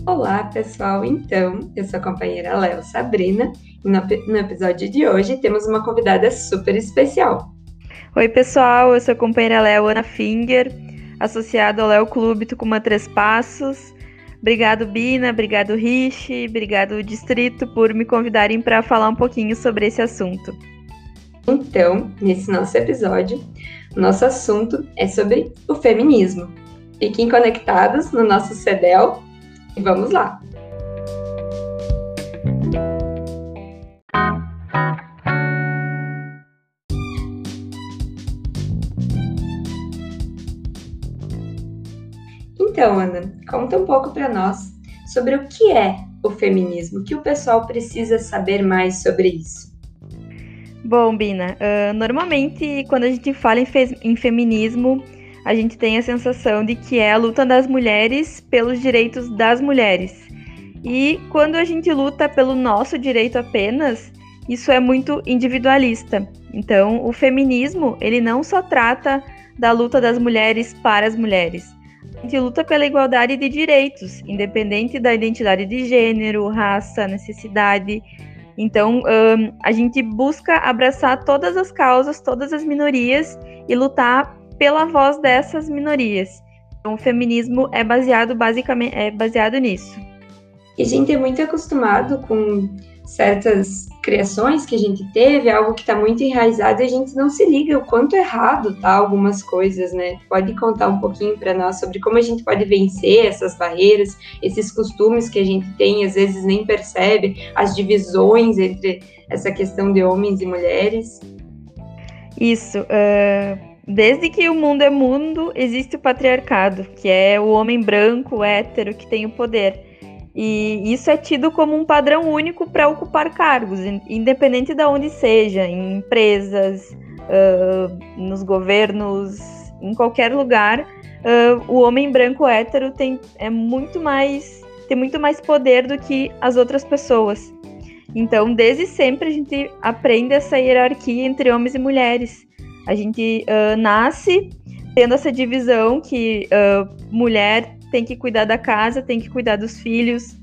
Olá, pessoal! Então, eu sou a companheira Léo Sabrina e no episódio de hoje temos uma convidada super especial. Oi, pessoal, eu sou a companheira Léo Ana Finger, associada ao Léo Clube Tucumã Três Passos. Obrigado, Bina, obrigado, Rich, obrigado, Distrito, por me convidarem para falar um pouquinho sobre esse assunto. Então, nesse nosso episódio, o nosso assunto é sobre o feminismo. Fiquem conectados no nosso CEDEL e vamos lá! Então, Ana, conta um pouco para nós sobre o que é o feminismo, o que o pessoal precisa saber mais sobre isso. Bom, Bina, normalmente quando a gente fala em feminismo, a gente tem a sensação de que é a luta das mulheres pelos direitos das mulheres. E quando a gente luta pelo nosso direito apenas, isso é muito individualista. Então, o feminismo, ele não só trata da luta das mulheres para as mulheres. A gente luta pela igualdade de direitos, independente da identidade de gênero, raça, necessidade. Então, a gente busca abraçar todas as causas, todas as minorias e lutar pela voz dessas minorias. Então, o feminismo é baseado nisso. E a gente é muito acostumado com certas criações que a gente teve, algo que está muito enraizado e a gente não se liga o quanto errado tá algumas coisas, né? Pode contar um pouquinho para nós sobre como a gente pode vencer essas barreiras, esses costumes que a gente tem, às vezes nem percebe, as divisões entre essa questão de homens e mulheres? Isso. Desde que o mundo é mundo, existe o patriarcado, que é o homem branco, hétero, que tem o poder. E isso é tido como um padrão único para ocupar cargos, independente de onde seja, em empresas, nos governos, em qualquer lugar. O homem branco hétero tem muito mais poder do que as outras pessoas. Então, desde sempre, a gente aprende essa hierarquia entre homens e mulheres. A gente nasce tendo essa divisão que mulher tem que cuidar da casa, tem que cuidar dos filhos.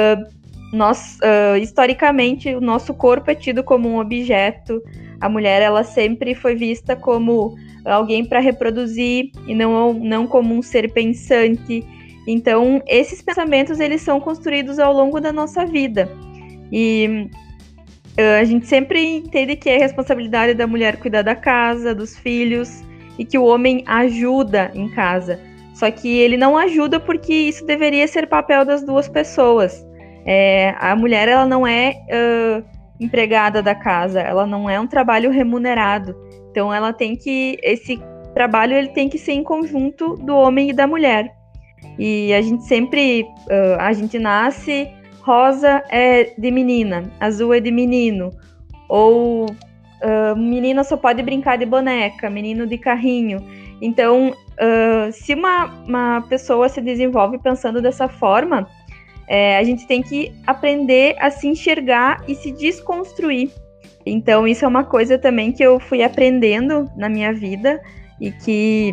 Historicamente, o nosso corpo é tido como um objeto. A mulher, ela sempre foi vista como alguém para reproduzir e não como um ser pensante. Então, esses pensamentos, eles são construídos ao longo da nossa vida. E a gente sempre entende que é responsabilidade da mulher cuidar da casa, dos filhos, e que o homem ajuda em casa. Só que ele não ajuda porque isso deveria ser papel das duas pessoas. A mulher, ela não é empregada da casa, ela não é um trabalho remunerado. Então, esse trabalho ele tem que ser em conjunto do homem e da mulher. E a gente nasce, rosa é de menina, azul é de menino. Ou menina só pode brincar de boneca, menino de carrinho. Então, se uma pessoa se desenvolve pensando dessa forma, a gente tem que aprender a se enxergar e se desconstruir. Então, isso é uma coisa também que eu fui aprendendo na minha vida e que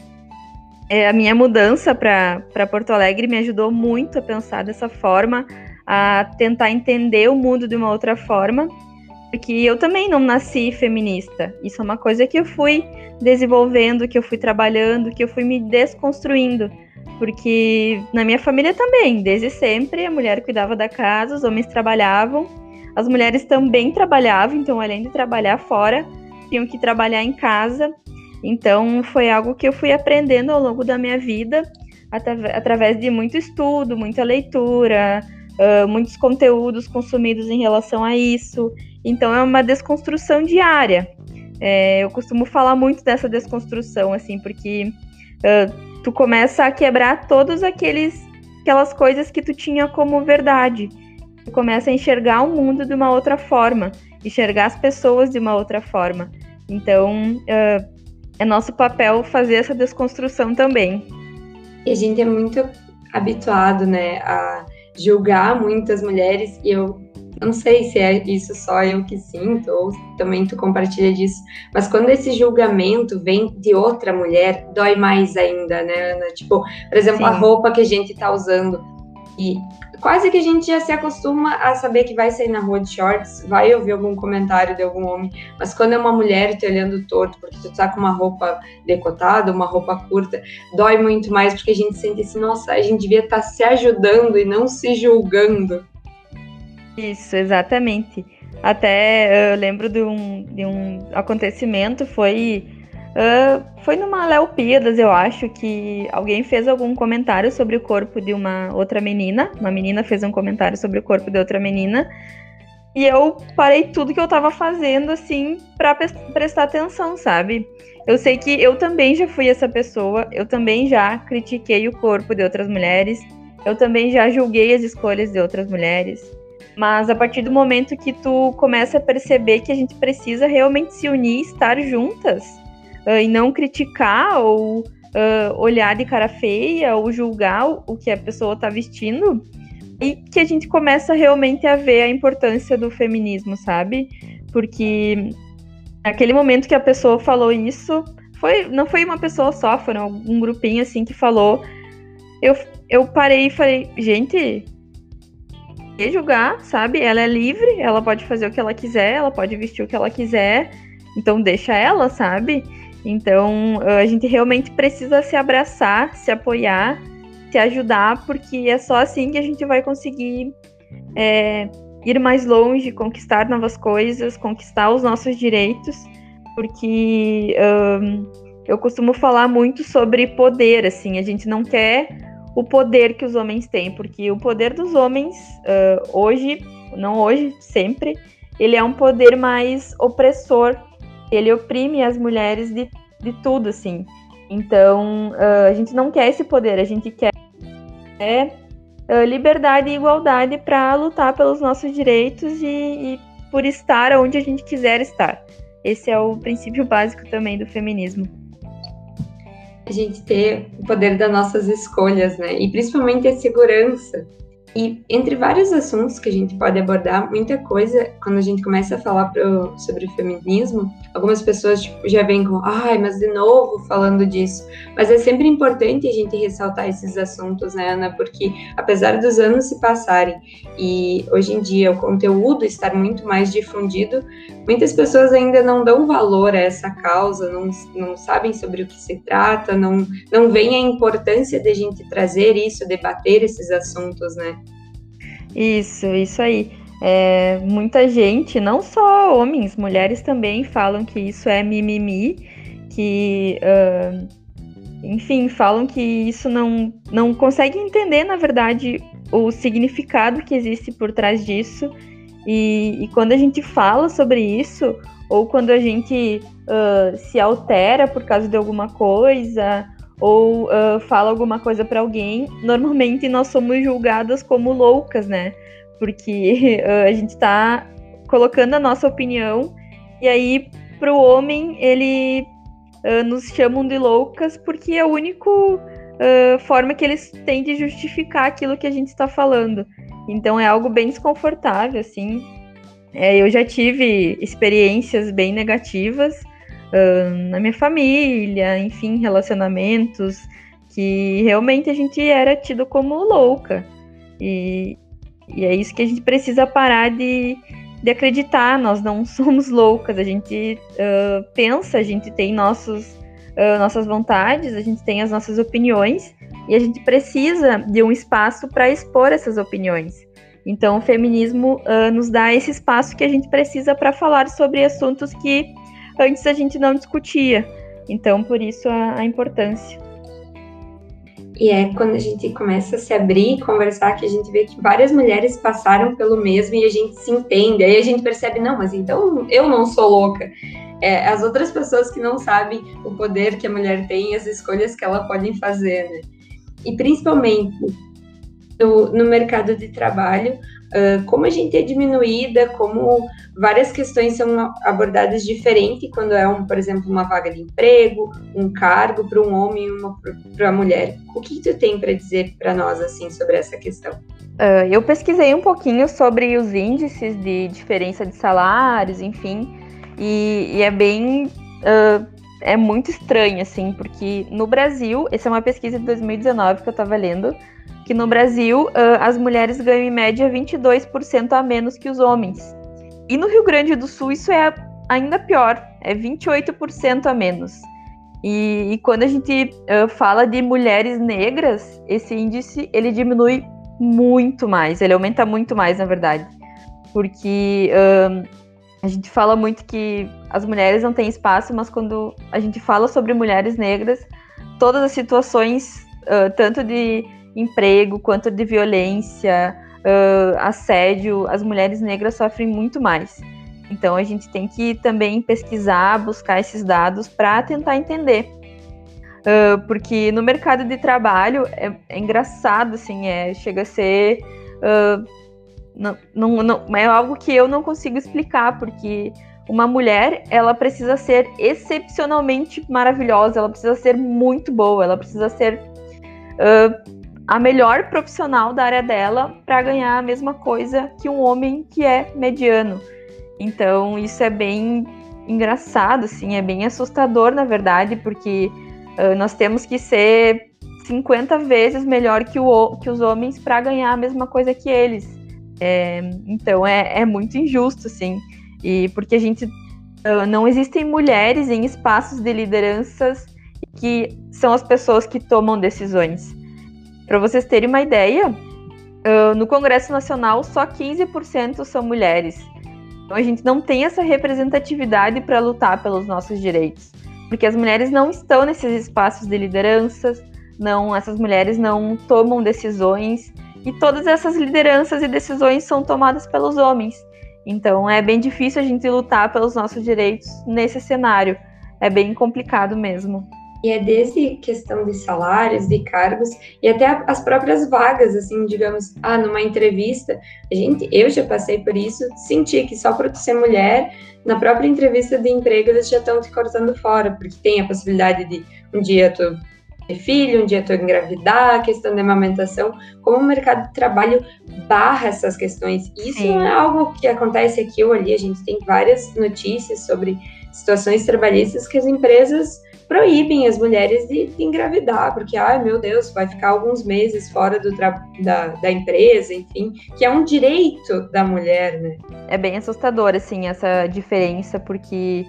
a minha mudança para Porto Alegre me ajudou muito a pensar dessa forma, a tentar entender o mundo de uma outra forma, porque eu também não nasci feminista. Isso é uma coisa que eu fui desenvolvendo, que eu fui trabalhando, que eu fui me desconstruindo. Porque na minha família também, desde sempre, a mulher cuidava da casa, os homens trabalhavam. As mulheres também trabalhavam, então além de trabalhar fora, tinham que trabalhar em casa. Então foi algo que eu fui aprendendo ao longo da minha vida, através de muito estudo, muita leitura, muitos conteúdos consumidos em relação a isso. Então é uma desconstrução diária. Eu costumo falar muito dessa desconstrução, assim, porque tu começa a quebrar todas aquelas coisas que tu tinha como verdade. Tu começa a enxergar o mundo de uma outra forma, enxergar as pessoas de uma outra forma. Então, é nosso papel fazer essa desconstrução também. E a gente é muito habituado, né, a julgar muitas mulheres, e eu não sei se é isso só eu que sinto, ou também tu compartilha disso, mas quando esse julgamento vem de outra mulher, dói mais ainda, né, Ana? Tipo, por exemplo, Sim. A roupa que a gente tá usando. E quase que a gente já se acostuma a saber que vai sair na rua de shorts, vai ouvir algum comentário de algum homem, mas quando é uma mulher te olhando torto porque tu tá com uma roupa decotada, uma roupa curta, dói muito mais, porque a gente sente assim, nossa, a gente devia estar se ajudando e não se julgando. Isso, exatamente. Até eu lembro de um acontecimento, foi numa Léopíadas, eu acho, que alguém fez algum comentário sobre o corpo de uma outra menina. Uma menina fez um comentário sobre o corpo de outra menina. E eu parei tudo que eu tava fazendo, assim, pra prestar atenção, sabe? Eu sei que eu também já fui essa pessoa, eu também já critiquei o corpo de outras mulheres, eu também já julguei as escolhas de outras mulheres. Mas a partir do momento que tu começa a perceber que a gente precisa realmente se unir e estar juntas, e não criticar ou olhar de cara feia ou julgar o que a pessoa tá vestindo, e que a gente começa realmente a ver a importância do feminismo, sabe? Porque naquele momento que a pessoa falou isso, não foi uma pessoa só, foram um grupinho assim que falou. Eu parei e falei, gente, que julgar, sabe? Ela é livre, ela pode fazer o que ela quiser, ela pode vestir o que ela quiser, então deixa ela, sabe? Então a gente realmente precisa se abraçar, se apoiar, se ajudar, porque é só assim que a gente vai conseguir ir mais longe, conquistar novas coisas, conquistar os nossos direitos, porque eu costumo falar muito sobre poder, assim, a gente não quer o poder que os homens têm, porque o poder dos homens hoje, não hoje, sempre, ele é um poder mais opressor, ele oprime as mulheres de tudo, assim. Então, a gente não quer esse poder, a gente quer liberdade e igualdade para lutar pelos nossos direitos e por estar onde a gente quiser estar. Esse é o princípio básico também do feminismo. A gente ter o poder das nossas escolhas, né? E principalmente a segurança. E entre vários assuntos que a gente pode abordar, muita coisa, quando a gente começa a falar sobre o feminismo, algumas pessoas já vêm com, mas de novo falando disso. Mas é sempre importante a gente ressaltar esses assuntos, né, Ana? Porque apesar dos anos se passarem e hoje em dia o conteúdo estar muito mais difundido, muitas pessoas ainda não dão valor a essa causa, não sabem sobre o que se trata, não veem a importância de a gente trazer isso, debater esses assuntos, né? Isso aí. Muita gente, não só homens, mulheres também falam que isso é mimimi, que, enfim, falam que isso não consegue entender, na verdade, o significado que existe por trás disso. E quando a gente fala sobre isso, ou quando a gente se altera por causa de alguma coisa, ou fala alguma coisa para alguém, normalmente nós somos julgadas como loucas, né? Porque a gente tá colocando a nossa opinião, e aí pro homem ele nos chamam de loucas porque é a única forma que eles têm de justificar aquilo que a gente está falando. Então é algo bem desconfortável, assim. Eu já tive experiências bem negativas na minha família, enfim, relacionamentos, que realmente a gente era tido como louca. E é isso que a gente precisa parar de acreditar. Nós não somos loucas, a gente pensa, a gente tem nossas vontades, a gente tem as nossas opiniões, e a gente precisa de um espaço para expor essas opiniões. Então o feminismo nos dá esse espaço que a gente precisa para falar sobre assuntos que antes a gente não discutia. Então, por isso a importância. E é quando a gente começa a se abrir e conversar que a gente vê que várias mulheres passaram pelo mesmo e a gente se entende. Aí a gente percebe, não, mas então eu não sou louca. As outras pessoas que não sabem o poder que a mulher tem e as escolhas que ela pode fazer, né? E principalmente no mercado de trabalho, como a gente é diminuída, como várias questões são abordadas diferente quando é, por exemplo, uma vaga de emprego, um cargo para um homem e para a mulher. O que tu tem para dizer para nós assim sobre essa questão? Eu pesquisei um pouquinho sobre os índices de diferença de salários, enfim, e é bem... é muito estranho, assim, porque no Brasil, essa é uma pesquisa de 2019 que eu estava lendo, que no Brasil as mulheres ganham em média 22% a menos que os homens. E no Rio Grande do Sul isso é ainda pior, é 28% a menos. E quando a gente fala de mulheres negras, esse índice ele diminui muito mais, ele aumenta muito mais, na verdade. Porque a gente fala muito que as mulheres não têm espaço, mas quando a gente fala sobre mulheres negras, todas as situações, tanto de emprego quanto de violência, assédio, as mulheres negras sofrem muito mais. Então, a gente tem que também pesquisar, buscar esses dados para tentar entender. Porque no mercado de trabalho é engraçado, assim, chega a ser... não, é algo que eu não consigo explicar, porque uma mulher, ela precisa ser excepcionalmente maravilhosa, ela precisa ser muito boa, ela precisa ser a melhor profissional da área dela para ganhar a mesma coisa que um homem que é mediano. Então, isso é bem engraçado, assim, é bem assustador, na verdade, porque nós temos que ser 50 vezes melhor que os homens para ganhar a mesma coisa que eles. Então, é muito injusto, assim, e porque não existem mulheres em espaços de lideranças que são as pessoas que tomam decisões. Para vocês terem uma ideia, no Congresso Nacional só 15% são mulheres. Então a gente não tem essa representatividade para lutar pelos nossos direitos, porque as mulheres não estão nesses espaços de lideranças, essas mulheres não tomam decisões, e todas essas lideranças e decisões são tomadas pelos homens. Então é bem difícil a gente lutar pelos nossos direitos nesse cenário, é bem complicado mesmo. E é desde questão de salários, de cargos, e até as próprias vagas, assim, digamos, numa entrevista, eu já passei por isso, senti que só por tu ser mulher, na própria entrevista de emprego, eles já estão te cortando fora, porque tem a possibilidade de um dia tu ter filho, um dia tu engravidar, a questão de amamentação, como o mercado de trabalho barra essas questões. Isso Sim. Não é algo que acontece aqui ou ali, a gente tem várias notícias sobre situações trabalhistas que as empresas proíbem as mulheres de engravidar, porque, meu Deus, vai ficar alguns meses fora da empresa, enfim, que é um direito da mulher, né? É bem assustador, assim, essa diferença, porque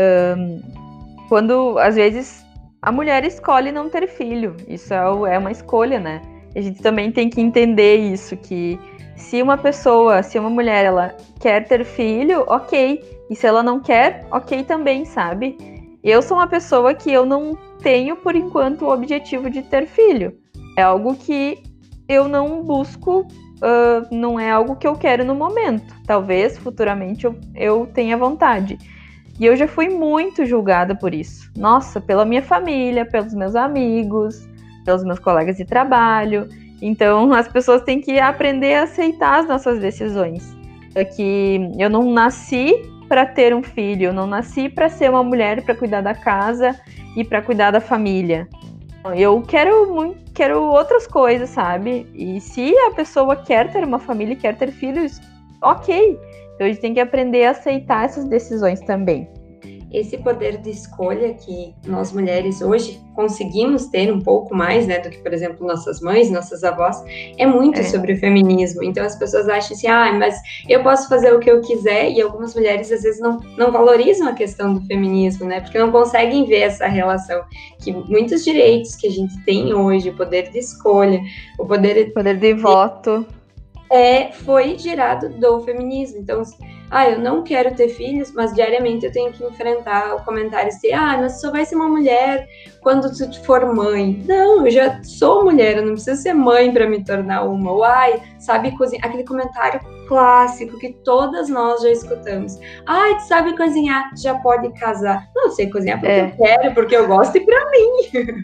quando, às vezes, a mulher escolhe não ter filho, isso é uma escolha, né? A gente também tem que entender isso, que se uma mulher, ela quer ter filho, ok, e se ela não quer, ok também, sabe? Eu sou uma pessoa que eu não tenho, por enquanto, o objetivo de ter filho. É algo que eu não busco, não é algo que eu quero no momento. Talvez, futuramente, eu tenha vontade. E eu já fui muito julgada por isso. Nossa, pela minha família, pelos meus amigos, pelos meus colegas de trabalho. Então, as pessoas têm que aprender a aceitar as nossas decisões. Que eu não nasci para ter um filho, eu não nasci para ser uma mulher para cuidar da casa e para cuidar da família. Eu quero outras coisas, sabe? E se a pessoa quer ter uma família e quer ter filhos, ok. Então a gente tem que aprender a aceitar essas decisões também. Esse poder de escolha que nós mulheres hoje conseguimos ter um pouco mais, né, do que, por exemplo, nossas mães, nossas avós, é muito sobre o feminismo. Então as pessoas acham assim, mas eu posso fazer o que eu quiser, e algumas mulheres às vezes não valorizam a questão do feminismo, né, porque não conseguem ver essa relação, que muitos direitos que a gente tem hoje, o poder de escolha, o poder de voto, foi gerado do feminismo. Então, eu não quero ter filhos, mas diariamente eu tenho que enfrentar o comentário assim, mas só vai ser uma mulher quando tu for mãe. Não, eu já sou mulher, eu não preciso ser mãe para me tornar uma. Ou, sabe cozinhar? Aquele comentário clássico que todas nós já escutamos. Tu sabe cozinhar, já pode casar. Não sei cozinhar porque eu quero, porque eu gosto e pra mim.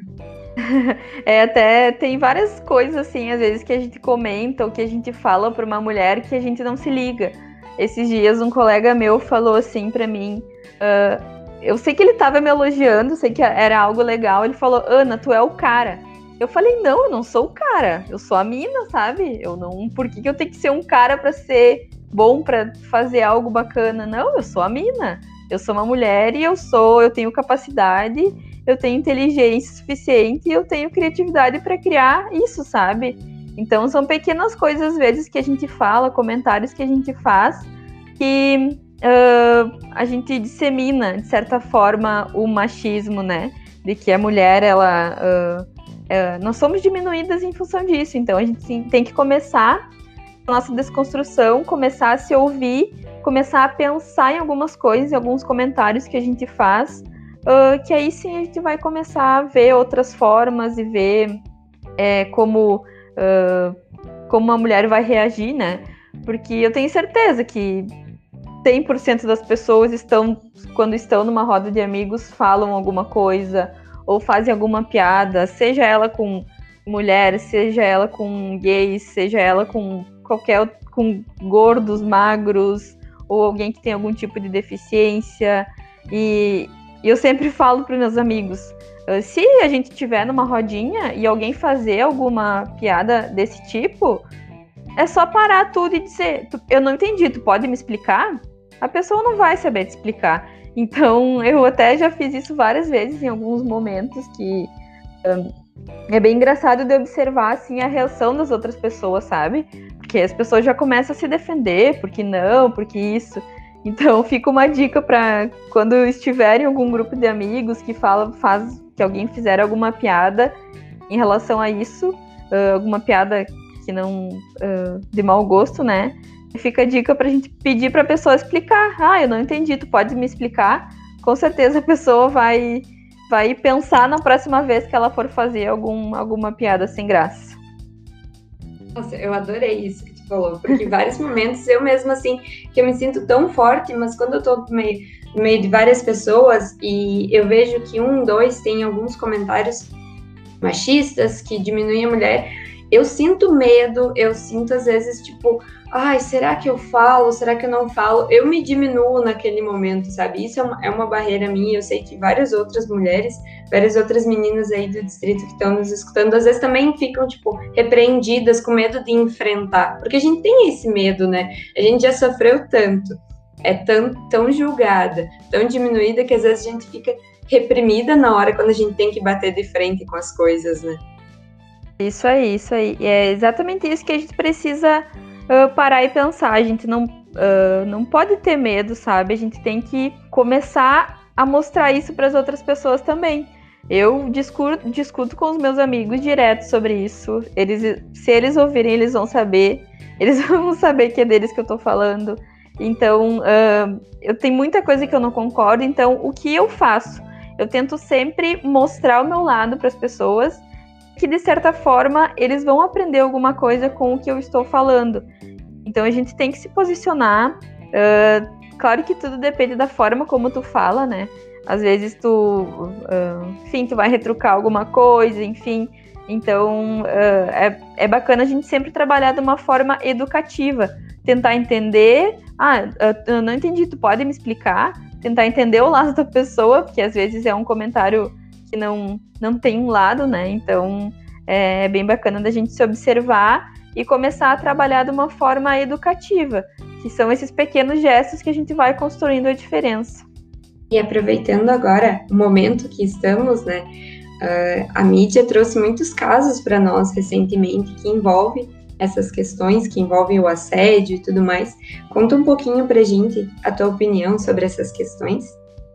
Até tem várias coisas assim, às vezes que a gente comenta ou que a gente fala para uma mulher que a gente não se liga. Esses dias um colega meu falou assim para mim, eu sei que ele tava me elogiando, sei que era algo legal, ele falou, Ana, tu é o cara. Eu falei, não, eu não sou o cara, eu sou a mina, sabe? Por que eu tenho que ser um cara para ser bom, para fazer algo bacana? Não, eu sou a mina, eu sou uma mulher e eu tenho capacidade, eu tenho inteligência suficiente e eu tenho criatividade para criar isso, sabe? Então, são pequenas coisas, às vezes, que a gente fala, comentários que a gente faz, que a gente dissemina, de certa forma, o machismo, né? De que a mulher, nós somos diminuídas em função disso. Então, a gente tem que começar a nossa desconstrução, começar a se ouvir, começar a pensar em algumas coisas, em alguns comentários que a gente faz, que aí sim a gente vai começar a ver outras formas e ver como a mulher vai reagir, né? Porque eu tenho certeza que 100% das pessoas quando estão numa roda de amigos, falam alguma coisa ou fazem alguma piada, seja ela com mulher, seja ela com gays, seja ela com com gordos, magros, ou alguém que tem algum tipo de deficiência. E eu sempre falo para os meus amigos, se a gente estiver numa rodinha e alguém fazer alguma piada desse tipo, é só parar tudo e dizer, eu não entendi, tu pode me explicar? A pessoa não vai saber te explicar. Então, eu até já fiz isso várias vezes em alguns momentos, que é bem engraçado de observar, assim, a reação das outras pessoas, sabe? Porque as pessoas já começam a se defender, porque não, porque isso. Então, fica uma dica para quando estiverem em algum grupo de amigos que que alguém fizer alguma piada em relação a isso, alguma piada que não de mau gosto, né? Fica a dica pra gente pedir pra pessoa explicar. Eu não entendi, tu pode me explicar? Com certeza a pessoa vai pensar na próxima vez que ela for fazer alguma piada sem graça. Nossa, eu adorei isso que tu falou, porque em vários momentos eu mesma, assim, que eu me sinto tão forte, mas quando eu tô no meio de várias pessoas e eu vejo que 1, 2 tem alguns comentários machistas que diminuem a mulher, eu sinto medo, eu sinto às vezes, tipo, será que eu falo? Será que eu não falo? Eu me diminuo naquele momento, sabe? Isso é uma barreira minha. Eu sei que várias outras mulheres, várias outras meninas aí do distrito que estão nos escutando, às vezes também ficam, tipo, repreendidas, com medo de enfrentar. Porque a gente tem esse medo, né? A gente já sofreu tanto, é tão julgada, tão diminuída, que às vezes a gente fica reprimida na hora quando a gente tem que bater de frente com as coisas, né? Isso aí. E é exatamente isso que a gente precisa parar e pensar. A gente não pode ter medo, sabe? A gente tem que começar a mostrar isso para as outras pessoas também. Eu discuto com os meus amigos direto sobre isso. Se eles ouvirem, eles vão saber. Eles vão saber que é deles que eu tô falando. Então, eu tenho muita coisa que eu não concordo. Então, o que eu faço? Eu tento sempre mostrar o meu lado para as pessoas, que de certa forma eles vão aprender alguma coisa com o que eu estou falando. Então a gente tem que se posicionar. Claro que tudo depende da forma como tu fala, né? Às vezes tu vai retrucar alguma coisa, enfim. Então é bacana a gente sempre trabalhar de uma forma educativa. Tentar entender, eu não entendi, tu pode me explicar? Tentar entender o lado da pessoa, porque às vezes é um comentário que não tem um lado, né? Então é bem bacana da gente se observar e começar a trabalhar de uma forma educativa, que são esses pequenos gestos que a gente vai construindo a diferença. E aproveitando agora o momento que estamos, né? A mídia trouxe muitos casos para nós recentemente que envolvem essas questões, que envolvem o assédio e tudo mais. Conta um pouquinho pra gente a tua opinião sobre essas questões.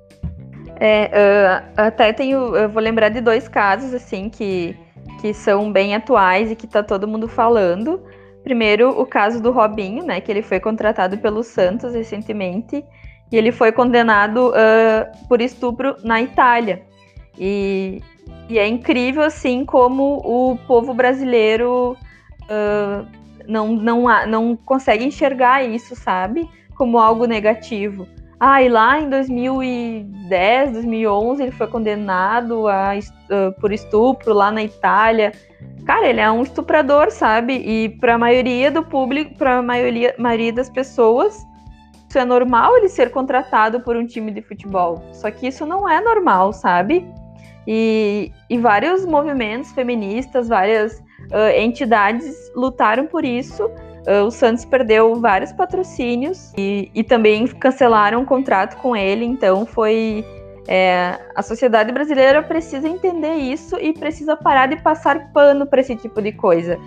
Eu vou lembrar de 2 casos, assim, que são bem atuais e que tá todo mundo falando. Primeiro, o caso do Robinho, né, que ele foi contratado pelo Santos recentemente, e ele foi condenado por estupro na Itália. E é incrível, assim, como o povo brasileiro não consegue enxergar isso, sabe, como algo negativo. E lá em 2010, 2011, ele foi condenado por estupro lá na Itália. Cara, ele é um estuprador, sabe? E para a maioria do público, para a maioria das pessoas, isso é normal, ele ser contratado por um time de futebol. Só que isso não é normal, sabe? E vários movimentos feministas, várias entidades lutaram por isso. O Santos perdeu vários patrocínios e também cancelaram o contrato com ele. Então a sociedade brasileira precisa entender isso e precisa parar de passar pano para esse tipo de coisa.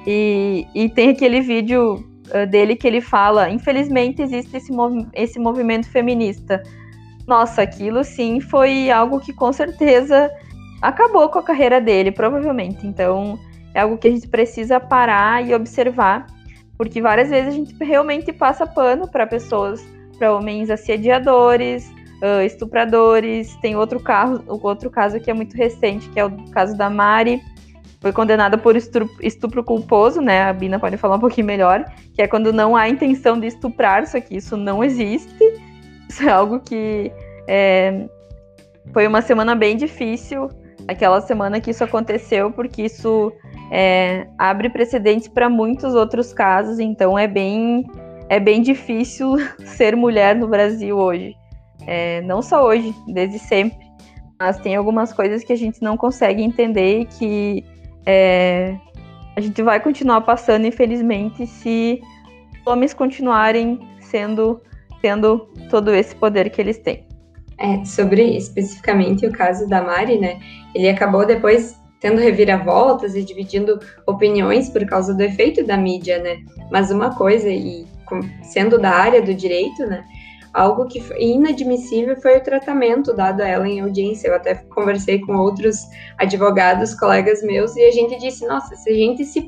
E tem aquele vídeo dele que ele fala, infelizmente existe esse movimento feminista. Nossa, aquilo sim foi algo que com certeza acabou com a carreira dele, provavelmente. Então, é algo que a gente precisa parar e observar, porque várias vezes a gente realmente passa pano para homens assediadores, estupradores. Tem outro caso que é muito recente, que é o caso da Mari. Foi condenada por estupro culposo, né? A Bina pode falar um pouquinho melhor, que é quando não há intenção de estuprar, só que isso não existe. Isso é algo que foi uma semana bem difícil, aquela semana que isso aconteceu, porque isso abre precedentes para muitos outros casos, então é bem difícil ser mulher no Brasil hoje. Não só hoje, desde sempre, mas tem algumas coisas que a gente não consegue entender e que a gente vai continuar passando, infelizmente, se homens continuarem tendo todo esse poder que eles têm. Sobre especificamente o caso da Mari, né? Ele acabou depois tendo reviravoltas e dividindo opiniões por causa do efeito da mídia, né? Mas uma coisa, e sendo da área do direito, né? Algo que foi inadmissível foi o tratamento dado a ela em audiência. Eu até conversei com outros advogados, colegas meus, e a gente disse, nossa, se a gente se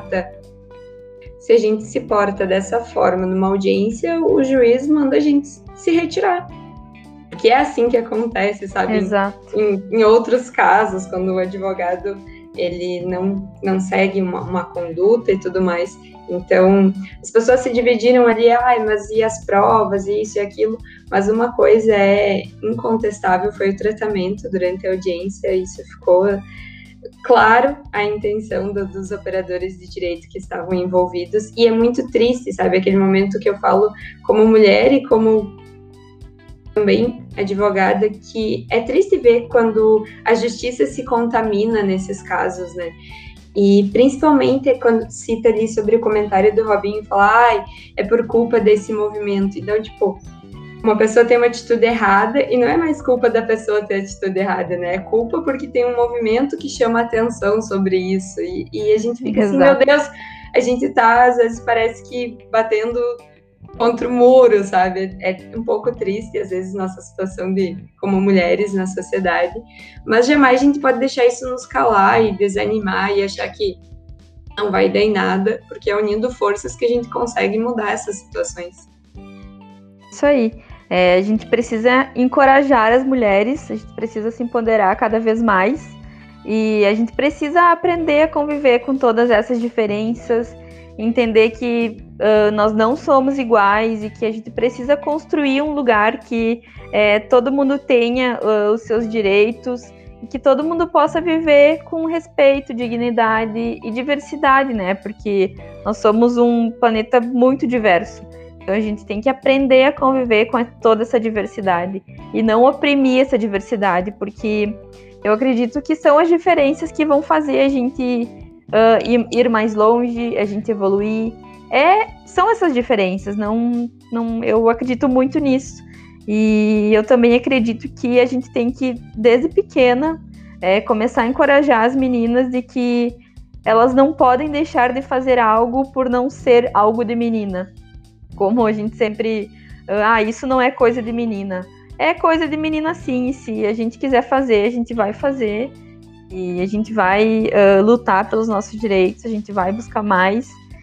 porta dessa forma numa audiência, o juiz manda a gente se retirar. Porque é assim que acontece, sabe? Exato. Em outros casos, quando o advogado ele não segue uma conduta e tudo mais. Então, as pessoas se dividiram ali, mas e as provas, e isso e aquilo? Mas uma coisa incontestável, foi o tratamento durante a audiência, isso ficou claro, a intenção dos operadores de direito que estavam envolvidos, e é muito triste, sabe? Aquele momento que eu falo como mulher e como também advogada, que é triste ver quando a justiça se contamina nesses casos, né? E principalmente quando cita ali sobre o comentário do Robinho, fala, é por culpa desse movimento. Então, tipo, uma pessoa tem uma atitude errada e não é mais culpa da pessoa ter atitude errada, né? É culpa porque tem um movimento que chama atenção sobre isso. E a gente fica assim, meu Deus, a gente tá, às vezes, parece que batendo contra o muro, sabe? É um pouco triste, às vezes, nossa situação como mulheres na sociedade, mas jamais a gente pode deixar isso nos calar e desanimar e achar que não vai dar em nada, porque é unindo forças que a gente consegue mudar essas situações. Isso aí. A gente precisa encorajar as mulheres, a gente precisa se empoderar cada vez mais, e a gente precisa aprender a conviver com todas essas diferenças, entender que nós não somos iguais e que a gente precisa construir um lugar que todo mundo tenha os seus direitos e que todo mundo possa viver com respeito, dignidade e diversidade, né? Porque nós somos um planeta muito diverso. Então a gente tem que aprender a conviver com toda essa diversidade e não oprimir essa diversidade, porque eu acredito que são as diferenças que vão fazer a gente ir mais longe, a gente evoluir. São essas diferenças, eu acredito muito nisso. E eu também acredito que a gente tem que, desde pequena, começar a encorajar as meninas de que elas não podem deixar de fazer algo por não ser algo de menina. Como a gente sempre... isso não é coisa de menina. É coisa de menina sim, e se a gente quiser fazer, a gente vai fazer. E a gente vai lutar pelos nossos direitos, a gente vai buscar mais.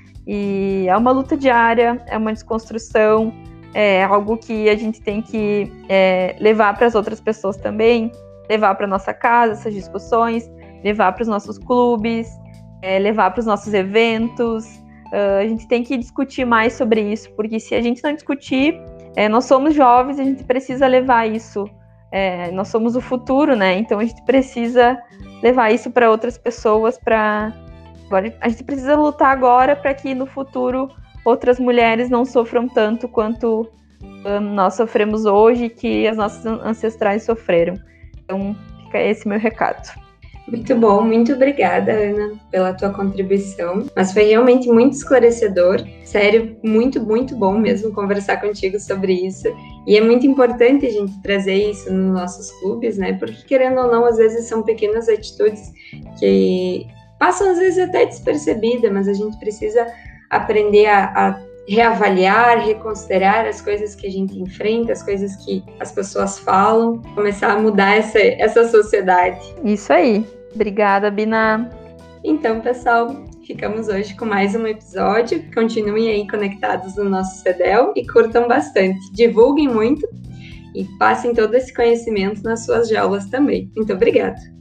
E é uma luta diária, é uma desconstrução, é algo que a gente tem que levar para as outras pessoas também, levar para nossa casa essas discussões, levar para os nossos clubes, levar para os nossos eventos. A gente tem que discutir mais sobre isso, porque se a gente não discutir, nós somos jovens, a gente precisa levar isso. Nós somos o futuro, né? Então a gente precisa levar isso para outras pessoas. Agora, a gente precisa lutar agora para que no futuro outras mulheres não sofram tanto quanto nós sofremos hoje, que as nossas ancestrais sofreram. Então fica esse meu recado. Muito bom, muito obrigada, Ana, pela tua contribuição, mas foi realmente muito esclarecedor, sério, muito, muito bom mesmo conversar contigo sobre isso, e é muito importante a gente trazer isso nos nossos clubes, né, porque querendo ou não, às vezes são pequenas atitudes que passam às vezes até despercebida, mas a gente precisa aprender a reavaliar, reconsiderar as coisas que a gente enfrenta, as coisas que as pessoas falam, começar a mudar essa sociedade. Isso aí. Obrigada, Bina. Então, pessoal, ficamos hoje com mais um episódio. Continuem aí conectados no nosso CEDEL e curtam bastante. Divulguem muito e passem todo esse conhecimento nas suas jaulas também. Muito obrigada!